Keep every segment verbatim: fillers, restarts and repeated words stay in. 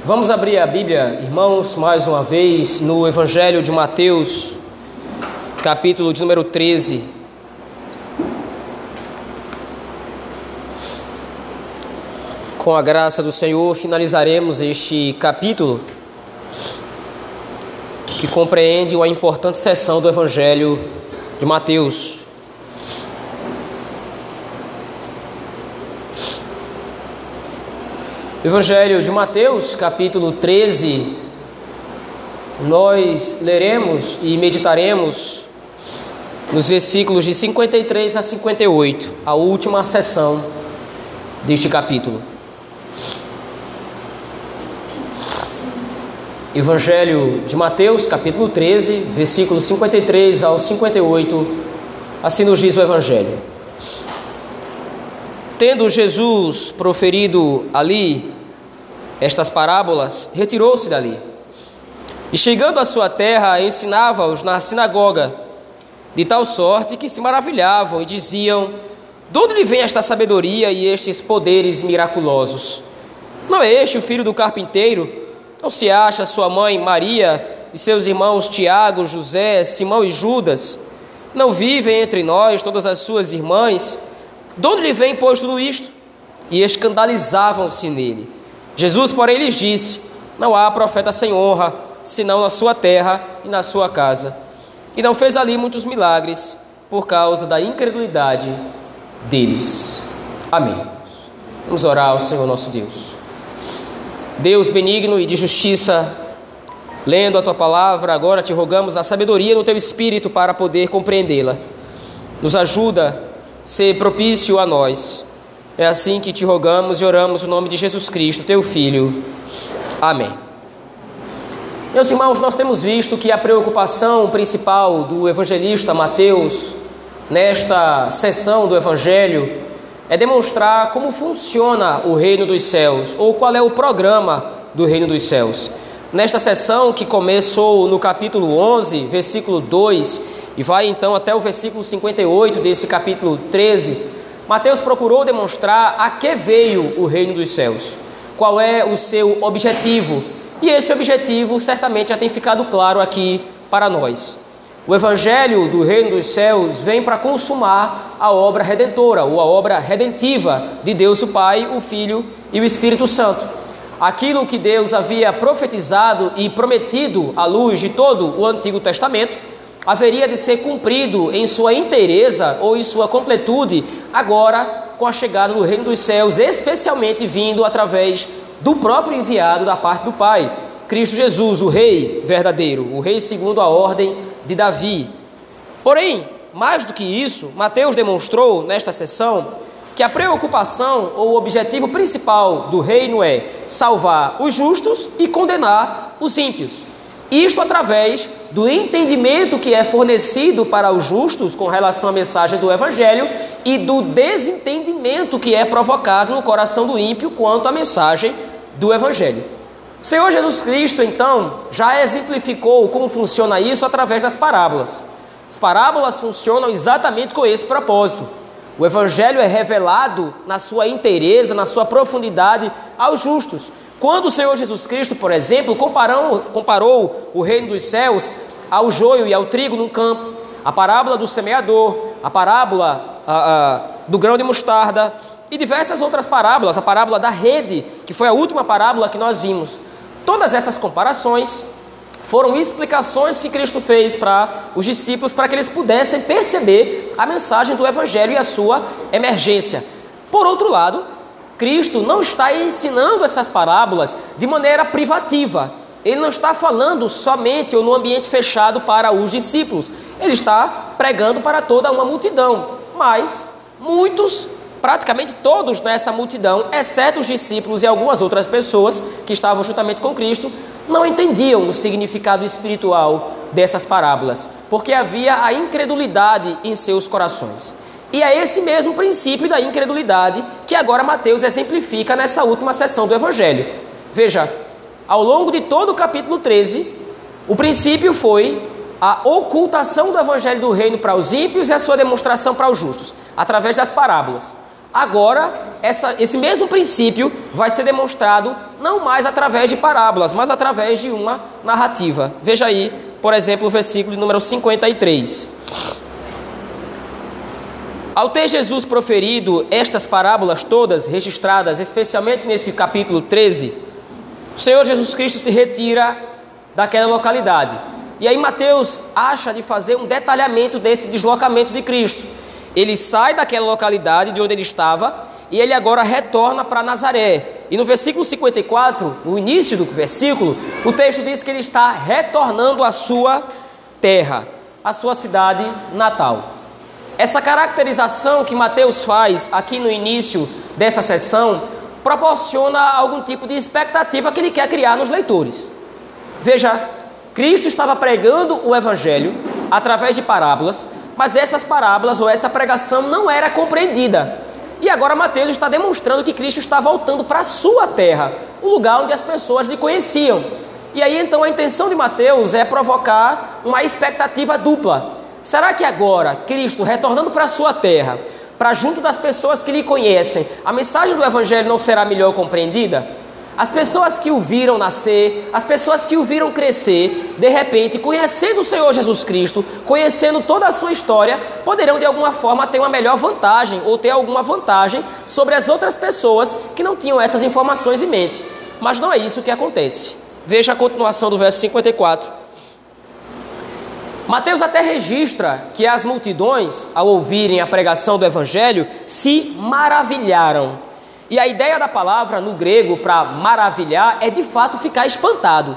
Vamos abrir a Bíblia, irmãos, mais uma vez no Evangelho de Mateus, capítulo de número treze. Com a graça do Senhor, finalizaremos este capítulo, que compreende uma importante seção do Evangelho de Mateus. Evangelho de Mateus, capítulo treze, nós leremos e meditaremos nos versículos de cinquenta e três a cinquenta e oito, a última seção deste capítulo. Evangelho de Mateus, capítulo treze, versículos cinquenta e três ao cinquenta e oito, assim nos diz o Evangelho. Tendo Jesus proferido ali estas parábolas, retirou-se dali. E chegando à sua terra, ensinava-os na sinagoga, de tal sorte que se maravilhavam e diziam: de onde lhe vem esta sabedoria e estes poderes miraculosos? Não é este o filho do carpinteiro? Não se acha sua mãe Maria e seus irmãos Tiago, José, Simão e Judas? Não vivem entre nós todas as suas irmãs? De onde lhe vem, pois, tudo isto? E escandalizavam-se nele. Jesus, porém, lhes disse: não há profeta sem honra, senão na sua terra e na sua casa. E não fez ali muitos milagres, por causa da incredulidade deles. Amém. Vamos orar ao Senhor nosso Deus. Deus benigno e de justiça, lendo a Tua palavra, agora te rogamos a sabedoria no Teu Espírito para poder compreendê-la. Nos ajuda, ser propício a nós. É assim que te rogamos e oramos no nome de Jesus Cristo, Teu Filho. Amém. Meus irmãos, nós temos visto que a preocupação principal do evangelista Mateus, nesta seção do Evangelho, é demonstrar como funciona o reino dos céus, ou qual é o programa do reino dos céus. Nesta seção, que começou no capítulo onze, versículo dois, e vai então até o versículo cinquenta e oito desse capítulo treze, Mateus procurou demonstrar a que veio o reino dos céus, qual é o seu objetivo, e esse objetivo certamente já tem ficado claro aqui para nós. O evangelho do reino dos céus vem para consumar a obra redentora, ou a obra redentiva de Deus o Pai, o Filho e o Espírito Santo. Aquilo que Deus havia profetizado e prometido à luz de todo o Antigo Testamento haveria de ser cumprido em sua inteireza ou em sua completude agora com a chegada do reino dos céus, especialmente vindo através do próprio enviado da parte do Pai, Cristo Jesus, o Rei verdadeiro, o Rei segundo a ordem de Davi. Porém, mais do que isso, Mateus demonstrou nesta sessão que a preocupação ou o objetivo principal do reino é salvar os justos e condenar os ímpios. Isto através do entendimento que é fornecido para os justos com relação à mensagem do Evangelho e do desentendimento que é provocado no coração do ímpio quanto à mensagem do Evangelho. O Senhor Jesus Cristo, então, já exemplificou como funciona isso através das parábolas. As parábolas funcionam exatamente com esse propósito. O Evangelho é revelado na sua inteireza, na sua profundidade aos justos. Quando o Senhor Jesus Cristo, por exemplo, comparou, comparou o reino dos céus ao joio e ao trigo no campo, a parábola do semeador, a parábola a, a, do grão de mostarda e diversas outras parábolas, a parábola da rede, que foi a última parábola que nós vimos. Todas essas comparações foram explicações que Cristo fez para os discípulos para que eles pudessem perceber a mensagem do Evangelho e a sua emergência. Por outro lado, Cristo não está ensinando essas parábolas de maneira privativa. Ele não está falando somente ou no ambiente fechado para os discípulos. Ele está pregando para toda uma multidão. Mas muitos, praticamente todos nessa multidão, exceto os discípulos e algumas outras pessoas que estavam juntamente com Cristo, não entendiam o significado espiritual dessas parábolas, porque havia a incredulidade em seus corações. E é esse mesmo princípio da incredulidade que agora Mateus exemplifica nessa última seção do Evangelho. Veja, ao longo de todo o capítulo treze, o princípio foi a ocultação do Evangelho do Reino para os ímpios e a sua demonstração para os justos, através das parábolas. Agora, essa, esse mesmo princípio vai ser demonstrado não mais através de parábolas, mas através de uma narrativa. Veja aí, por exemplo, o versículo de número cinquenta e três. Ao ter Jesus proferido estas parábolas todas registradas, especialmente nesse capítulo treze, o Senhor Jesus Cristo se retira daquela localidade. E aí Mateus acha de fazer um detalhamento desse deslocamento de Cristo. Ele sai daquela localidade de onde ele estava e ele agora retorna para Nazaré. E no versículo cinquenta e quatro, no início do versículo, o texto diz que ele está retornando à sua terra, à sua cidade natal. Essa caracterização que Mateus faz aqui no início dessa sessão proporciona algum tipo de expectativa que ele quer criar nos leitores. Veja, Cristo estava pregando o Evangelho através de parábolas, mas essas parábolas ou essa pregação não era compreendida. E agora Mateus está demonstrando que Cristo está voltando para a sua terra, o lugar onde as pessoas lhe conheciam. E aí então a intenção de Mateus é provocar uma expectativa dupla. Será que agora Cristo, retornando para a sua terra, para junto das pessoas que lhe conhecem, a mensagem do Evangelho não será melhor compreendida? As pessoas que o viram nascer, as pessoas que o viram crescer, de repente, conhecendo o Senhor Jesus Cristo, conhecendo toda a sua história, poderão de alguma forma ter uma melhor vantagem ou ter alguma vantagem sobre as outras pessoas que não tinham essas informações em mente. Mas não é isso que acontece. Veja a continuação do verso cinquenta e quatro. Mateus até registra que as multidões, ao ouvirem a pregação do Evangelho, se maravilharam. E a ideia da palavra no grego para maravilhar é de fato ficar espantado.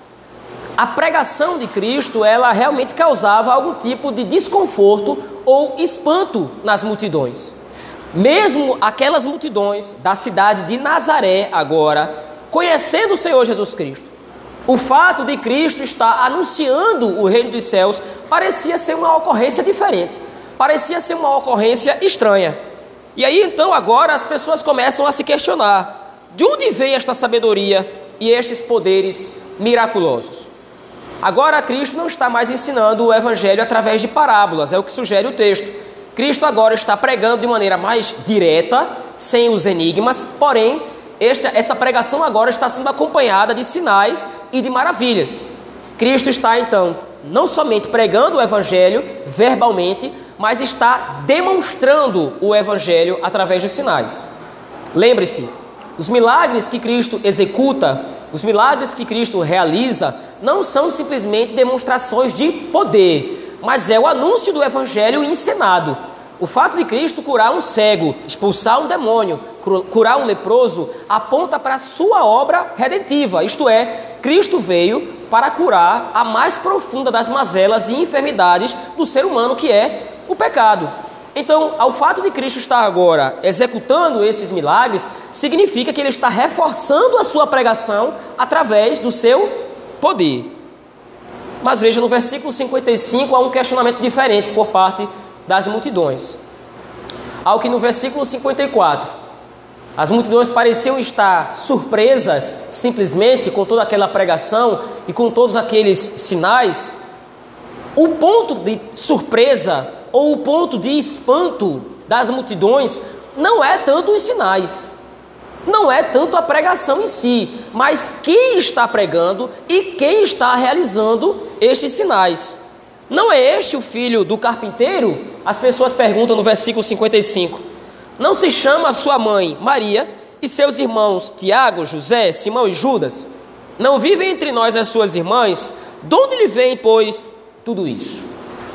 A pregação de Cristo, ela realmente causava algum tipo de desconforto ou espanto nas multidões. Mesmo aquelas multidões da cidade de Nazaré agora, conhecendo o Senhor Jesus Cristo, o fato de Cristo estar anunciando o reino dos céus parecia ser uma ocorrência diferente, parecia ser uma ocorrência estranha. E aí então agora as pessoas começam a se questionar: de onde vem esta sabedoria e estes poderes miraculosos? Agora Cristo não está mais ensinando o Evangelho através de parábolas, é o que sugere o texto. Cristo agora está pregando de maneira mais direta, sem os enigmas, porém Esta, essa pregação agora está sendo acompanhada de sinais e de maravilhas. Cristo está então não somente pregando o Evangelho verbalmente, mas está demonstrando o Evangelho através dos sinais. Lembre-se, os milagres que Cristo executa, os milagres que Cristo realiza, não são simplesmente demonstrações de poder, mas é o anúncio do Evangelho ensinado. O fato de Cristo curar um cego, expulsar um demônio, curar um leproso, aponta para a sua obra redentiva, isto é, Cristo veio para curar a mais profunda das mazelas e enfermidades do ser humano, que é o pecado. Então, ao fato de Cristo estar agora executando esses milagres, significa que ele está reforçando a sua pregação através do seu poder. Mas veja, no versículo cinquenta e cinco há um questionamento diferente por parte das multidões. Ao que no versículo cinquenta e quatro, as multidões pareciam estar surpresas simplesmente com toda aquela pregação e com todos aqueles sinais, o ponto de surpresa ou o ponto de espanto das multidões não é tanto os sinais, não é tanto a pregação em si, mas quem está pregando e quem está realizando estes sinais. Não é este o filho do carpinteiro? As pessoas perguntam no versículo cinquenta e cinco. Não se chama sua mãe Maria e seus irmãos Tiago, José, Simão e Judas? Não vivem entre nós as suas irmãs? De onde lhe vem, pois, tudo isso?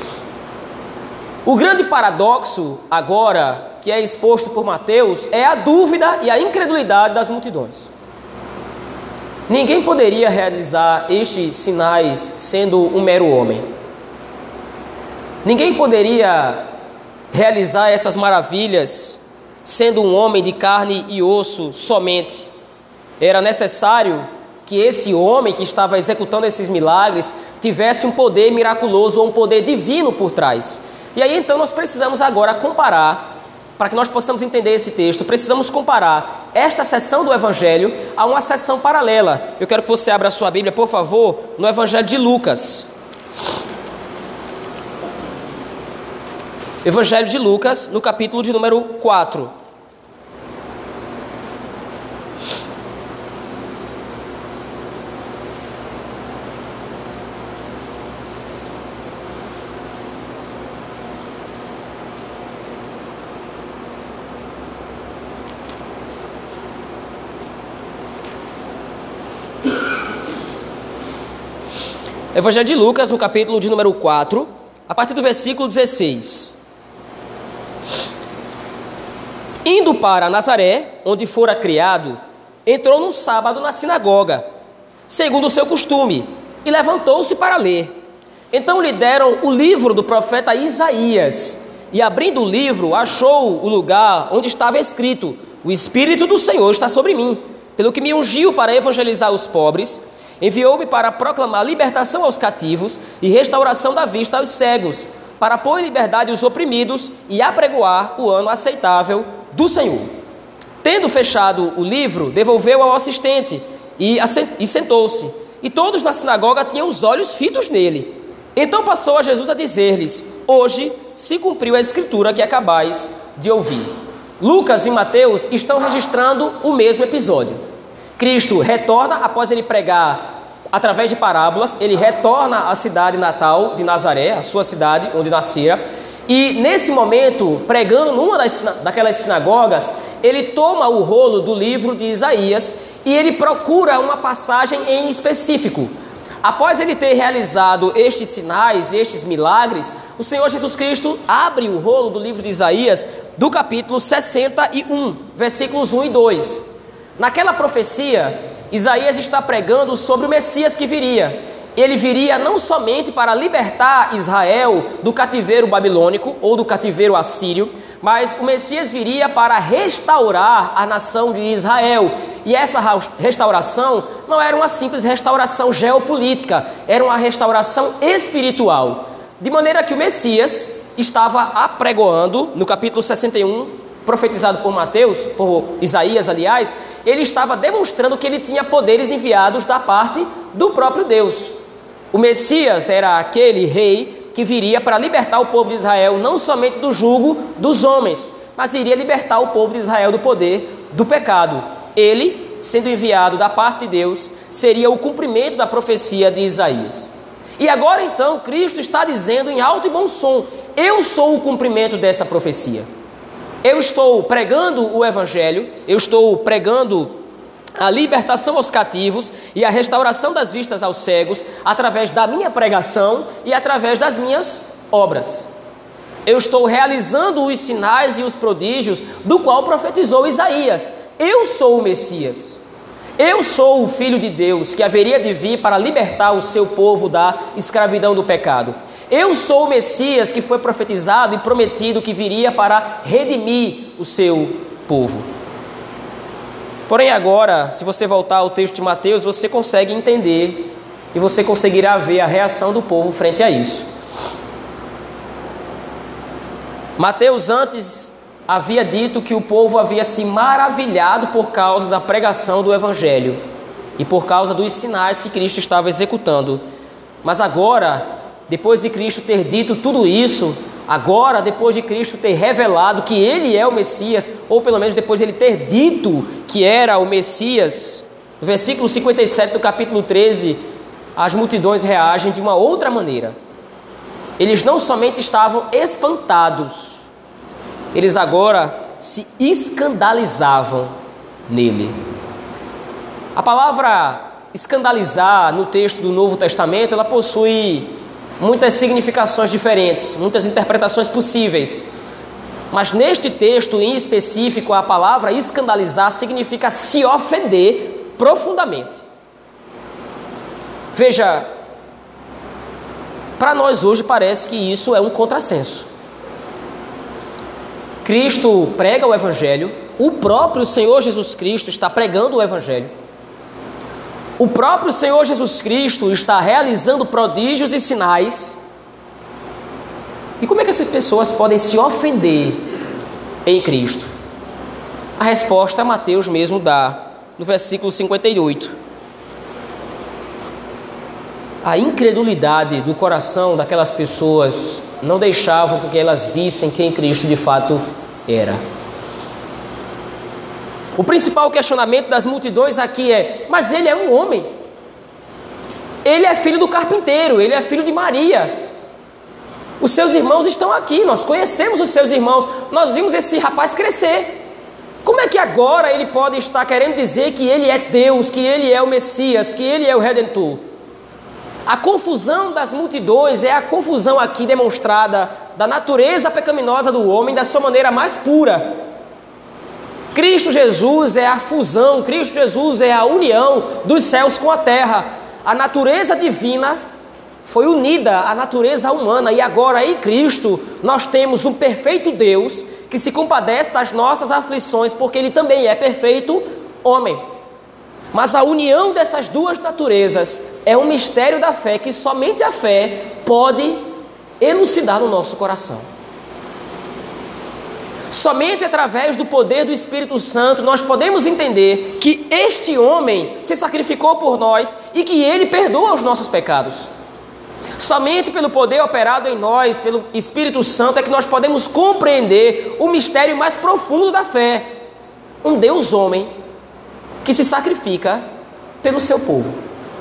O grande paradoxo agora que é exposto por Mateus é a dúvida e a incredulidade das multidões. Ninguém poderia realizar estes sinais sendo um mero homem. Ninguém poderia realizar essas maravilhas sendo um homem de carne e osso somente. Era necessário que esse homem que estava executando esses milagres tivesse um poder miraculoso ou um poder divino por trás. E aí então nós precisamos agora comparar, para que nós possamos entender esse texto, precisamos comparar esta seção do Evangelho a uma seção paralela. Eu quero que você abra a sua Bíblia, por favor, no Evangelho de Lucas. Evangelho de Lucas, no capítulo de número quatro. Evangelho de Lucas, no capítulo de número quatro, a partir do versículo dezesseis. Indo para Nazaré, onde fora criado, entrou no sábado na sinagoga, segundo o seu costume, e levantou-se para ler. Então lhe deram o livro do profeta Isaías, e abrindo o livro, achou o lugar onde estava escrito: o Espírito do Senhor está sobre mim, pelo que me ungiu para evangelizar os pobres, enviou-me para proclamar libertação aos cativos e restauração da vista aos cegos, para pôr em liberdade os oprimidos e apregoar o ano aceitável do Senhor. Tendo fechado o livro, devolveu ao assistente e, e sentou-se. E todos na sinagoga tinham os olhos fitos nele. Então passou a Jesus a dizer-lhes: hoje se cumpriu a escritura que acabais de ouvir. Lucas e Mateus estão registrando o mesmo episódio. Cristo retorna após ele pregar através de parábolas, ele retorna à cidade natal de Nazaré, a sua cidade onde nascera, e nesse momento, pregando numa das, daquelas sinagogas, ele toma o rolo do livro de Isaías e ele procura uma passagem em específico. Após ele ter realizado estes sinais, estes milagres, o Senhor Jesus Cristo abre o rolo do livro de Isaías do capítulo sessenta e um, versículos um e dois. Naquela profecia, Isaías está pregando sobre o Messias que viria. Ele viria não somente para libertar Israel do cativeiro babilônico ou do cativeiro assírio, mas o Messias viria para restaurar a nação de Israel. E essa restauração não era uma simples restauração geopolítica, era uma restauração espiritual. De maneira que o Messias estava apregoando, no capítulo sessenta e um, profetizado por Mateus, por Isaías, aliás, ele estava demonstrando que ele tinha poderes enviados da parte do próprio Deus. O Messias era aquele rei que viria para libertar o povo de Israel, não somente do jugo dos homens, mas iria libertar o povo de Israel do poder do pecado. Ele, sendo enviado da parte de Deus, seria o cumprimento da profecia de Isaías. E agora então, Cristo está dizendo em alto e bom som: eu sou o cumprimento dessa profecia. Eu estou pregando o Evangelho, eu estou pregando a libertação aos cativos e a restauração das vistas aos cegos através da minha pregação e através das minhas obras. Eu estou realizando os sinais e os prodígios do qual profetizou Isaías. Eu sou o Messias. Eu sou o Filho de Deus que haveria de vir para libertar o seu povo da escravidão do pecado. Eu sou o Messias que foi profetizado e prometido que viria para redimir o seu povo. Porém agora, se você voltar ao texto de Mateus, você consegue entender e você conseguirá ver a reação do povo frente a isso. Mateus antes havia dito que o povo havia se maravilhado por causa da pregação do Evangelho e por causa dos sinais que Cristo estava executando. Mas agora, depois de Cristo ter dito tudo isso, agora, depois de Cristo ter revelado que Ele é o Messias, ou pelo menos depois de Ele ter dito que era o Messias, no versículo cinquenta e sete do capítulo treze, as multidões reagem de uma outra maneira. Eles não somente estavam espantados, eles agora se escandalizavam nele. A palavra escandalizar no texto do Novo Testamento, ela possui muitas significações diferentes, muitas interpretações possíveis. Mas neste texto em específico, a palavra escandalizar significa se ofender profundamente. Veja, para nós hoje parece que isso é um contrassenso. Cristo prega o Evangelho, o próprio Senhor Jesus Cristo está pregando o Evangelho. O próprio Senhor Jesus Cristo está realizando prodígios e sinais. E como é que essas pessoas podem se ofender em Cristo? A resposta Mateus mesmo dá, no versículo cinquenta e oito. A incredulidade do coração daquelas pessoas não deixava que elas vissem quem Cristo de fato era. O principal questionamento das multidões aqui é: mas ele é um homem. Ele é filho do carpinteiro, ele é filho de Maria. Os seus irmãos estão aqui, nós conhecemos os seus irmãos, nós vimos esse rapaz crescer. Como é que agora ele pode estar querendo dizer que ele é Deus, que ele é o Messias, que ele é o Redentor? A confusão das multidões é a confusão aqui demonstrada da natureza pecaminosa do homem da sua maneira mais pura. Cristo Jesus é a fusão, Cristo Jesus é a união dos céus com a terra. A natureza divina foi unida à natureza humana e agora em Cristo nós temos um perfeito Deus que se compadece das nossas aflições porque Ele também é perfeito homem. Mas a união dessas duas naturezas é um mistério da fé que somente a fé pode elucidar no nosso coração. Somente através do poder do Espírito Santo nós podemos entender que este homem se sacrificou por nós e que Ele perdoa os nossos pecados. Somente pelo poder operado em nós, pelo Espírito Santo, é que nós podemos compreender o mistério mais profundo da fé. Um Deus homem que se sacrifica pelo seu povo.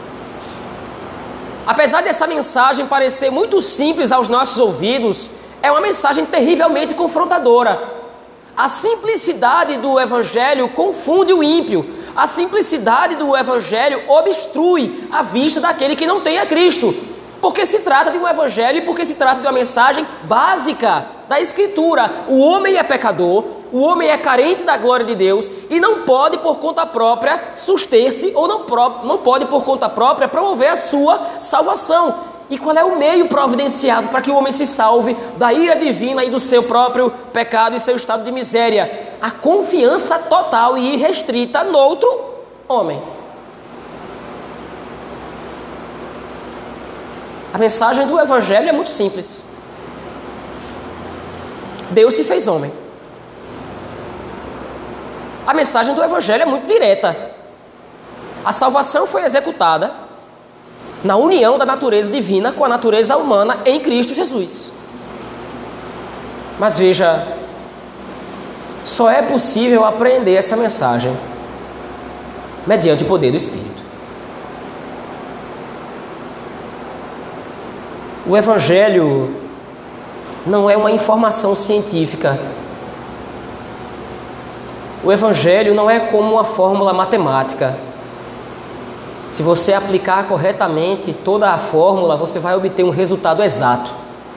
Apesar dessa mensagem parecer muito simples aos nossos ouvidos, é uma mensagem terrivelmente confrontadora. A simplicidade do Evangelho confunde o ímpio. A simplicidade do Evangelho obstrui a vista daquele que não tem a Cristo. Porque se trata de um Evangelho e porque se trata de uma mensagem básica da Escritura. O homem é pecador, o homem é carente da glória de Deus e não pode por conta própria suster-se ou não, não pode por conta própria promover a sua salvação. E qual é o meio providenciado para que o homem se salve da ira divina e do seu próprio pecado e seu estado de miséria? A confiança total e irrestrita no outro homem. A mensagem do Evangelho é muito simples. Deus se fez homem. A mensagem do Evangelho é muito direta. A salvação foi executada na união da natureza divina com a natureza humana em Cristo Jesus. Mas veja, só é possível aprender essa mensagem mediante o poder do Espírito. O Evangelho não é uma informação científica. O Evangelho não é como uma fórmula matemática. Se você aplicar corretamente toda a fórmula, você vai obter um resultado exato.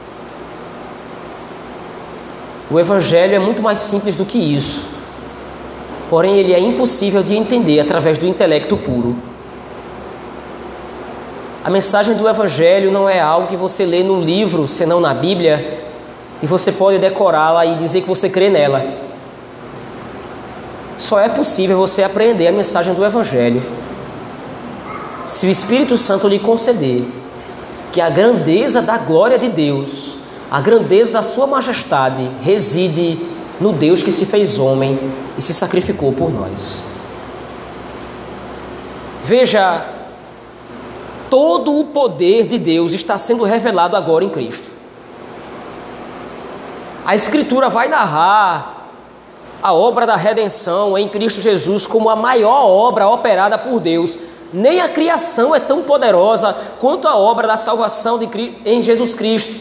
O Evangelho é muito mais simples do que isso. Porém, ele é impossível de entender através do intelecto puro. A mensagem do Evangelho não é algo que você lê num livro, senão na Bíblia, e você pode decorá-la e dizer que você crê nela. Só é possível você aprender a mensagem do Evangelho se o Espírito Santo lhe conceder que a grandeza da glória de Deus, a grandeza da sua majestade, reside no Deus que se fez homem e se sacrificou por nós. Veja, todo o poder de Deus está sendo revelado agora em Cristo. A Escritura vai narrar a obra da redenção em Cristo Jesus como a maior obra operada por Deus. Nem a criação é tão poderosa quanto a obra da salvação de, em Jesus Cristo.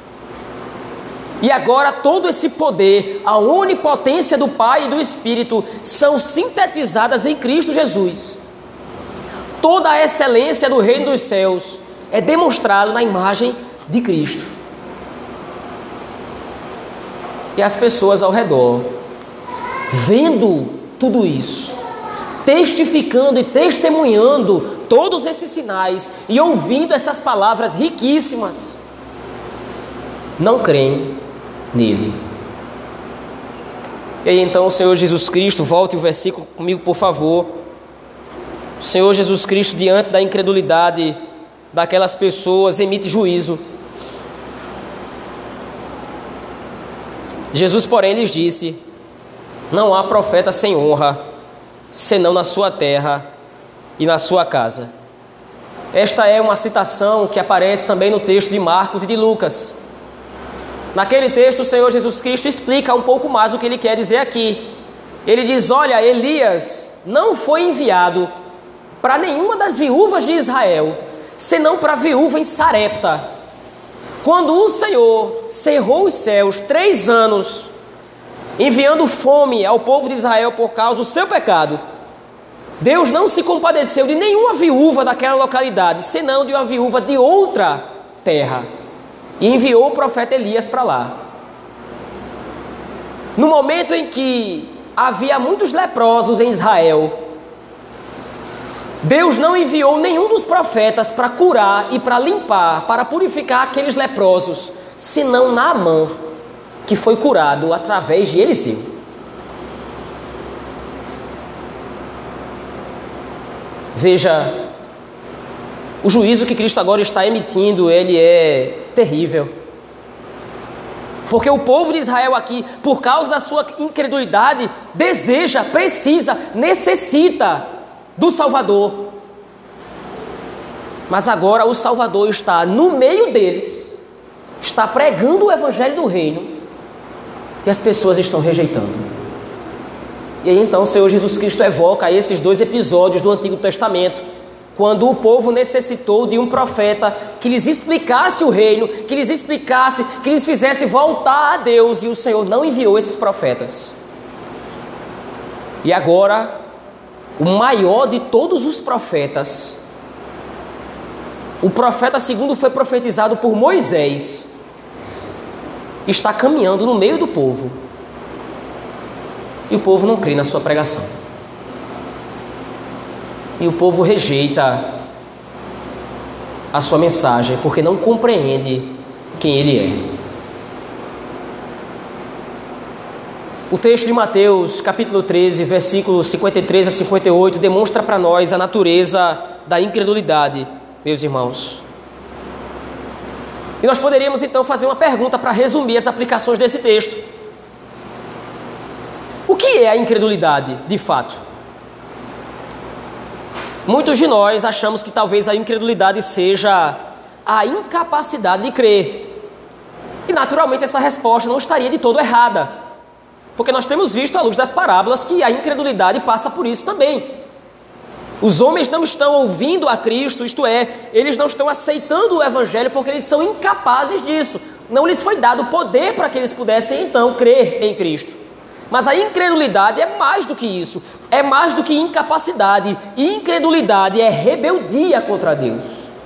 E agora todo esse poder, a onipotência do Pai e do Espírito são sintetizadas em Cristo Jesus. Toda a excelência do reino dos céus é demonstrada na imagem de Cristo. E as pessoas ao redor, vendo tudo isso, testificando e testemunhando todos esses sinais e ouvindo essas palavras riquíssimas, não creem nele. E aí então o Senhor Jesus Cristo, volte o versículo comigo por favor. O Senhor Jesus Cristo, diante da incredulidade daquelas pessoas, emite juízo. Jesus, porém, lhes disse: não há profeta sem honra, senão na sua terra e na sua casa. Esta é uma citação que aparece também no texto de Marcos e de Lucas. Naquele texto, o Senhor Jesus Cristo explica um pouco mais o que ele quer dizer aqui. Ele diz: olha, Elias não foi enviado para nenhuma das viúvas de Israel, senão para a viúva em Sarepta. Quando o Senhor cerrou os céus três anos, enviando fome ao povo de Israel por causa do seu pecado, Deus não se compadeceu de nenhuma viúva daquela localidade, senão de uma viúva de outra terra, e enviou o profeta Elias para lá. No momento em que havia muitos leprosos em Israel, Deus não enviou nenhum dos profetas para curar e para limpar, para purificar aqueles leprosos, senão Naamã, que foi curado através de Eliseu. Veja, o juízo que Cristo agora está emitindo, ele é terrível. Porque o povo de Israel aqui, por causa da sua incredulidade, deseja, precisa, necessita do Salvador. Mas agora o Salvador está no meio deles, está pregando o Evangelho do Reino, e as pessoas estão rejeitando. E aí então o Senhor Jesus Cristo evoca esses dois episódios do Antigo Testamento, quando o povo necessitou de um profeta que lhes explicasse o reino, que lhes explicasse, que lhes fizesse voltar a Deus, e o Senhor não enviou esses profetas. E agora, o maior de todos os profetas, o profeta segundo foi profetizado por Moisés, está caminhando no meio do povo, e o povo não crê na sua pregação. E o povo rejeita a sua mensagem, porque não compreende quem ele é. O texto de Mateus, capítulo treze, versículos cinquenta e três a cinquenta e oito, demonstra para nós a natureza da incredulidade, meus irmãos. E nós poderíamos então fazer uma pergunta para resumir as aplicações desse texto. O que é a incredulidade, de fato? Muitos de nós achamos que talvez a incredulidade seja a incapacidade de crer. E naturalmente essa resposta não estaria de todo errada, porque nós temos visto à luz das parábolas que a incredulidade passa por isso também. Os homens não estão ouvindo a Cristo, isto é, eles não estão aceitando o Evangelho porque eles são incapazes disso. Não lhes foi dado poder para que eles pudessem então crer em Cristo. Mas a incredulidade é mais do que isso, é mais do que incapacidade. Incredulidade é rebeldia contra Deus.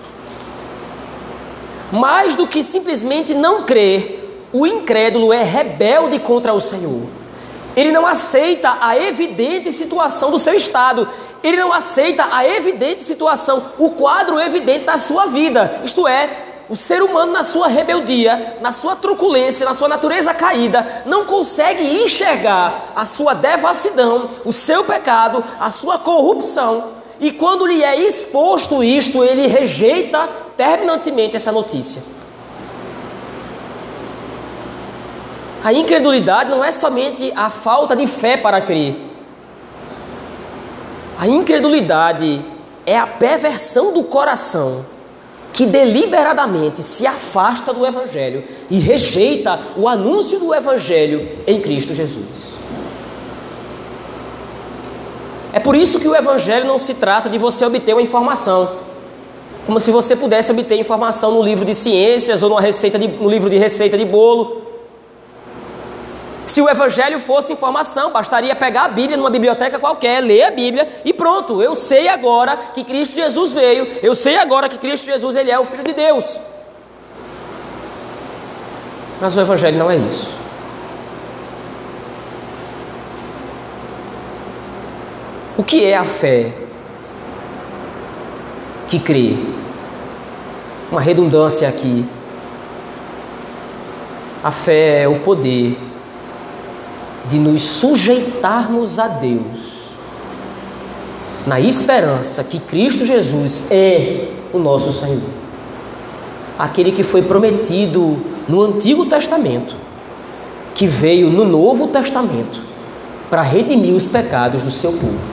Mais do que simplesmente não crer, o incrédulo é rebelde contra o Senhor. Ele não aceita a evidente situação do seu estado, ele não aceita a evidente situação, o quadro evidente da sua vida, isto é, o ser humano na sua rebeldia, na sua truculência, na sua natureza caída, não consegue enxergar a sua devassidão, o seu pecado, a sua corrupção. E quando lhe é exposto isto, ele rejeita terminantemente essa notícia. A incredulidade não é somente a falta de fé para crer. A incredulidade é a perversão do coração que deliberadamente se afasta do Evangelho e rejeita o anúncio do Evangelho em Cristo Jesus. É por isso que o Evangelho não se trata de você obter uma informação, como se você pudesse obter informação no livro de ciências ou numa receita de, no livro de receita de bolo. Se o Evangelho fosse informação, bastaria pegar a Bíblia numa biblioteca qualquer, ler a Bíblia e pronto, eu sei agora que Cristo Jesus veio, eu sei agora que Cristo Jesus ele é o Filho de Deus. Mas o Evangelho não é isso. O que é a fé que crê? Uma redundância aqui. A fé é o poder de nos sujeitarmos a Deus, na esperança que Cristo Jesus é o nosso Senhor, aquele que foi prometido no Antigo Testamento, que veio no Novo Testamento para redimir os pecados do seu povo.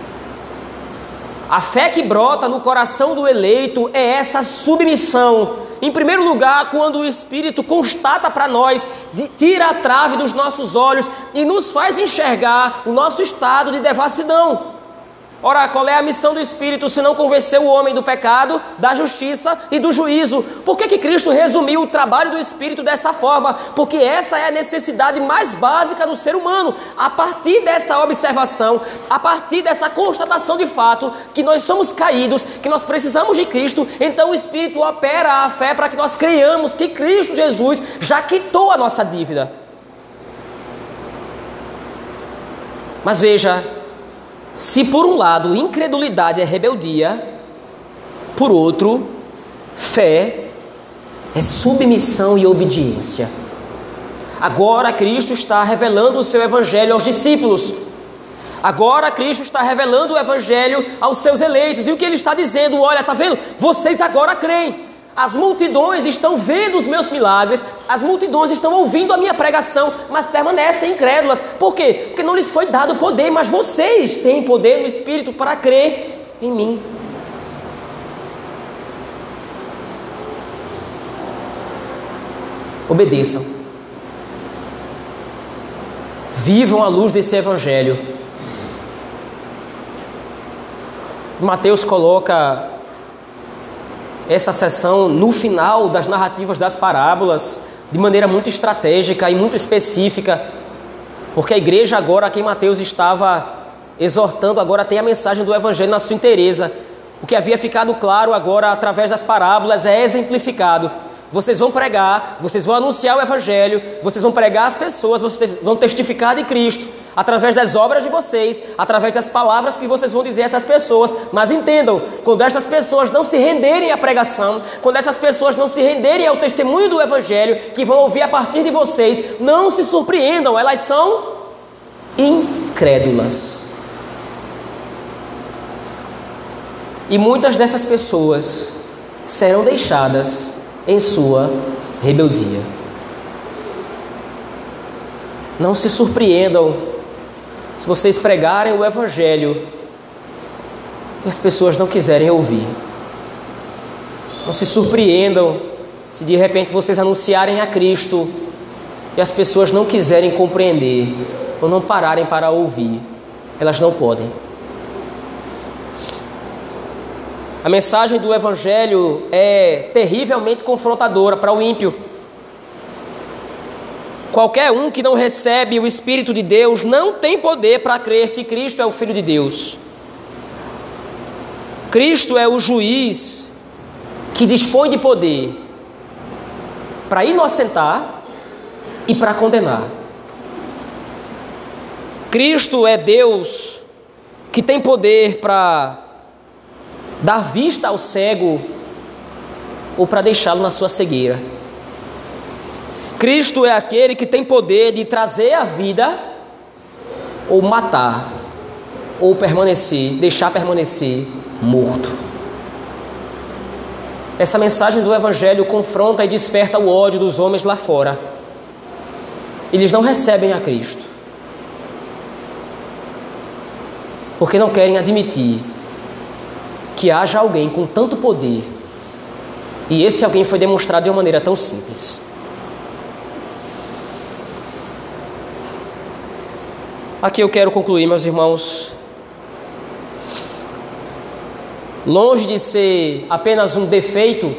A fé que brota no coração do eleito é essa submissão. Em primeiro lugar, quando o Espírito constata para nós, tira a trave dos nossos olhos e nos faz enxergar o nosso estado de devassidão. Ora, qual é a missão do Espírito se não convencer o homem do pecado, da justiça e do juízo? Por que que Cristo resumiu o trabalho do Espírito dessa forma? Porque essa é a necessidade mais básica do ser humano. A partir dessa observação, a partir dessa constatação de fato, que nós somos caídos, que nós precisamos de Cristo, então o Espírito opera a fé para que nós creiamos que Cristo Jesus já quitou a nossa dívida. Mas veja, se por um lado incredulidade é rebeldia, por outro, fé é submissão e obediência. Agora Cristo está revelando o seu evangelho aos discípulos. Agora Cristo está revelando o evangelho aos seus eleitos. E o que ele está dizendo? Olha, está vendo? Vocês agora creem. As multidões estão vendo os meus milagres, as multidões estão ouvindo a minha pregação, mas permanecem incrédulas. Por quê? Porque não lhes foi dado poder, mas vocês têm poder no Espírito para crer em mim. Obedeçam. Vivam à luz desse evangelho. Mateus coloca essa seção no final das narrativas das parábolas, de maneira muito estratégica e muito específica, porque a igreja agora a quem Mateus estava exortando agora tem a mensagem do evangelho na sua inteireza. O que havia ficado claro agora através das parábolas é exemplificado. Vocês vão pregar, vocês vão anunciar o evangelho, vocês vão pregar às pessoas, vocês vão testificar de Cristo, através das obras de vocês, através das palavras que vocês vão dizer a essas pessoas. Mas entendam, quando essas pessoas não se renderem à pregação, quando essas pessoas não se renderem ao testemunho do evangelho, que vão ouvir a partir de vocês, não se surpreendam, elas são incrédulas. E muitas dessas pessoas serão deixadas em sua rebeldia. Não se surpreendam se vocês pregarem o evangelho e as pessoas não quiserem ouvir. Não se surpreendam se de repente vocês anunciarem a Cristo e as pessoas não quiserem compreender ou não pararem para ouvir. Elas não podem. A mensagem do evangelho é terrivelmente confrontadora para o ímpio. Qualquer um que não recebe o Espírito de Deus não tem poder para crer que Cristo é o Filho de Deus. Cristo é o juiz que dispõe de poder para inocentar e para condenar. Cristo é Deus que tem poder para dar vista ao cego ou para deixá-lo na sua cegueira. Cristo é aquele que tem poder de trazer a vida ou matar, ou permanecer, deixar permanecer morto. Essa mensagem do evangelho confronta e desperta o ódio dos homens lá fora. Eles não recebem a Cristo porque não querem admitir que haja alguém com tanto poder, e esse alguém foi demonstrado de uma maneira tão simples. Aqui eu quero concluir, meus irmãos. Longe de ser apenas um defeito,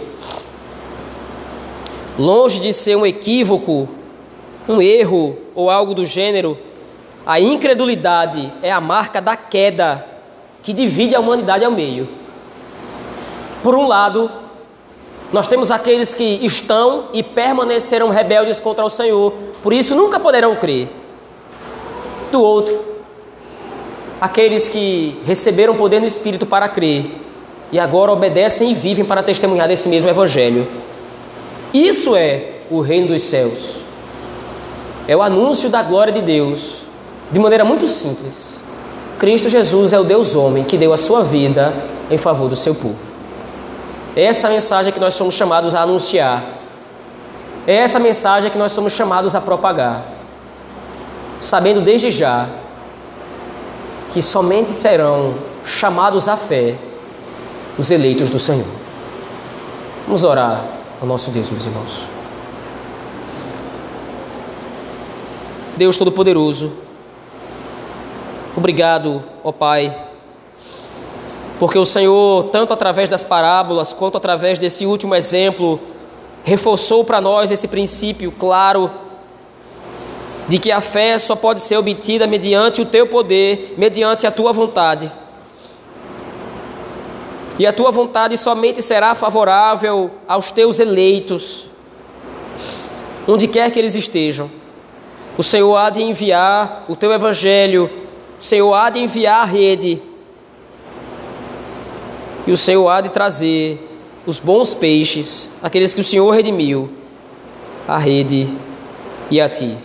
longe de ser um equívoco, um erro ou algo do gênero, a incredulidade é a marca da queda que divide a humanidade ao meio. Por um lado, nós temos aqueles que estão e permanecerão rebeldes contra o Senhor, por isso nunca poderão crer. Do outro, aqueles que receberam poder no Espírito para crer e agora obedecem e vivem para testemunhar desse mesmo evangelho. Isso é o reino dos céus. É o anúncio da glória de Deus, de maneira muito simples. Cristo Jesus é o Deus homem que deu a sua vida em favor do seu povo. Essa é a mensagem que nós somos chamados a anunciar. É essa mensagem que nós somos chamados a propagar, sabendo desde já que somente serão chamados à fé os eleitos do Senhor. Vamos orar ao nosso Deus, meus irmãos. Deus Todo-Poderoso, obrigado, ó Pai, porque o Senhor, tanto através das parábolas, quanto através desse último exemplo, reforçou para nós esse princípio claro de que a fé só pode ser obtida mediante o teu poder, mediante a tua vontade. E a tua vontade somente será favorável aos teus eleitos, onde quer que eles estejam. O Senhor há de enviar o teu evangelho, o Senhor há de enviar a rede, e o Senhor há de trazer os bons peixes, aqueles que o Senhor redimiu, à rede e a ti.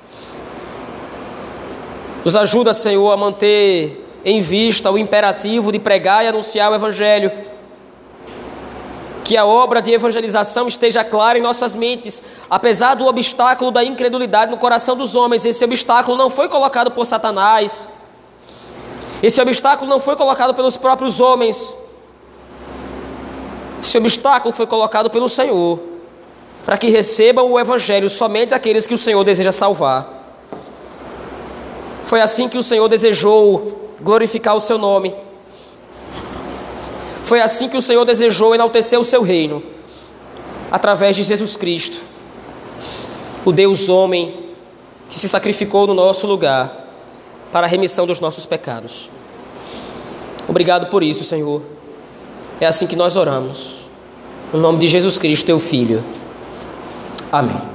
Nos ajuda, Senhor, a manter em vista o imperativo de pregar e anunciar o evangelho. Que a obra de evangelização esteja clara em nossas mentes, apesar do obstáculo da incredulidade no coração dos homens. Esse obstáculo não foi colocado por Satanás. Esse obstáculo não foi colocado pelos próprios homens. Esse obstáculo foi colocado pelo Senhor, para que recebam o evangelho somente aqueles que o Senhor deseja salvar. Foi assim que o Senhor desejou glorificar o seu nome. Foi assim que o Senhor desejou enaltecer o seu reino, através de Jesus Cristo, o Deus homem que se sacrificou no nosso lugar para a remissão dos nossos pecados. Obrigado por isso, Senhor. É assim que nós oramos. No nome de Jesus Cristo, teu Filho. Amém.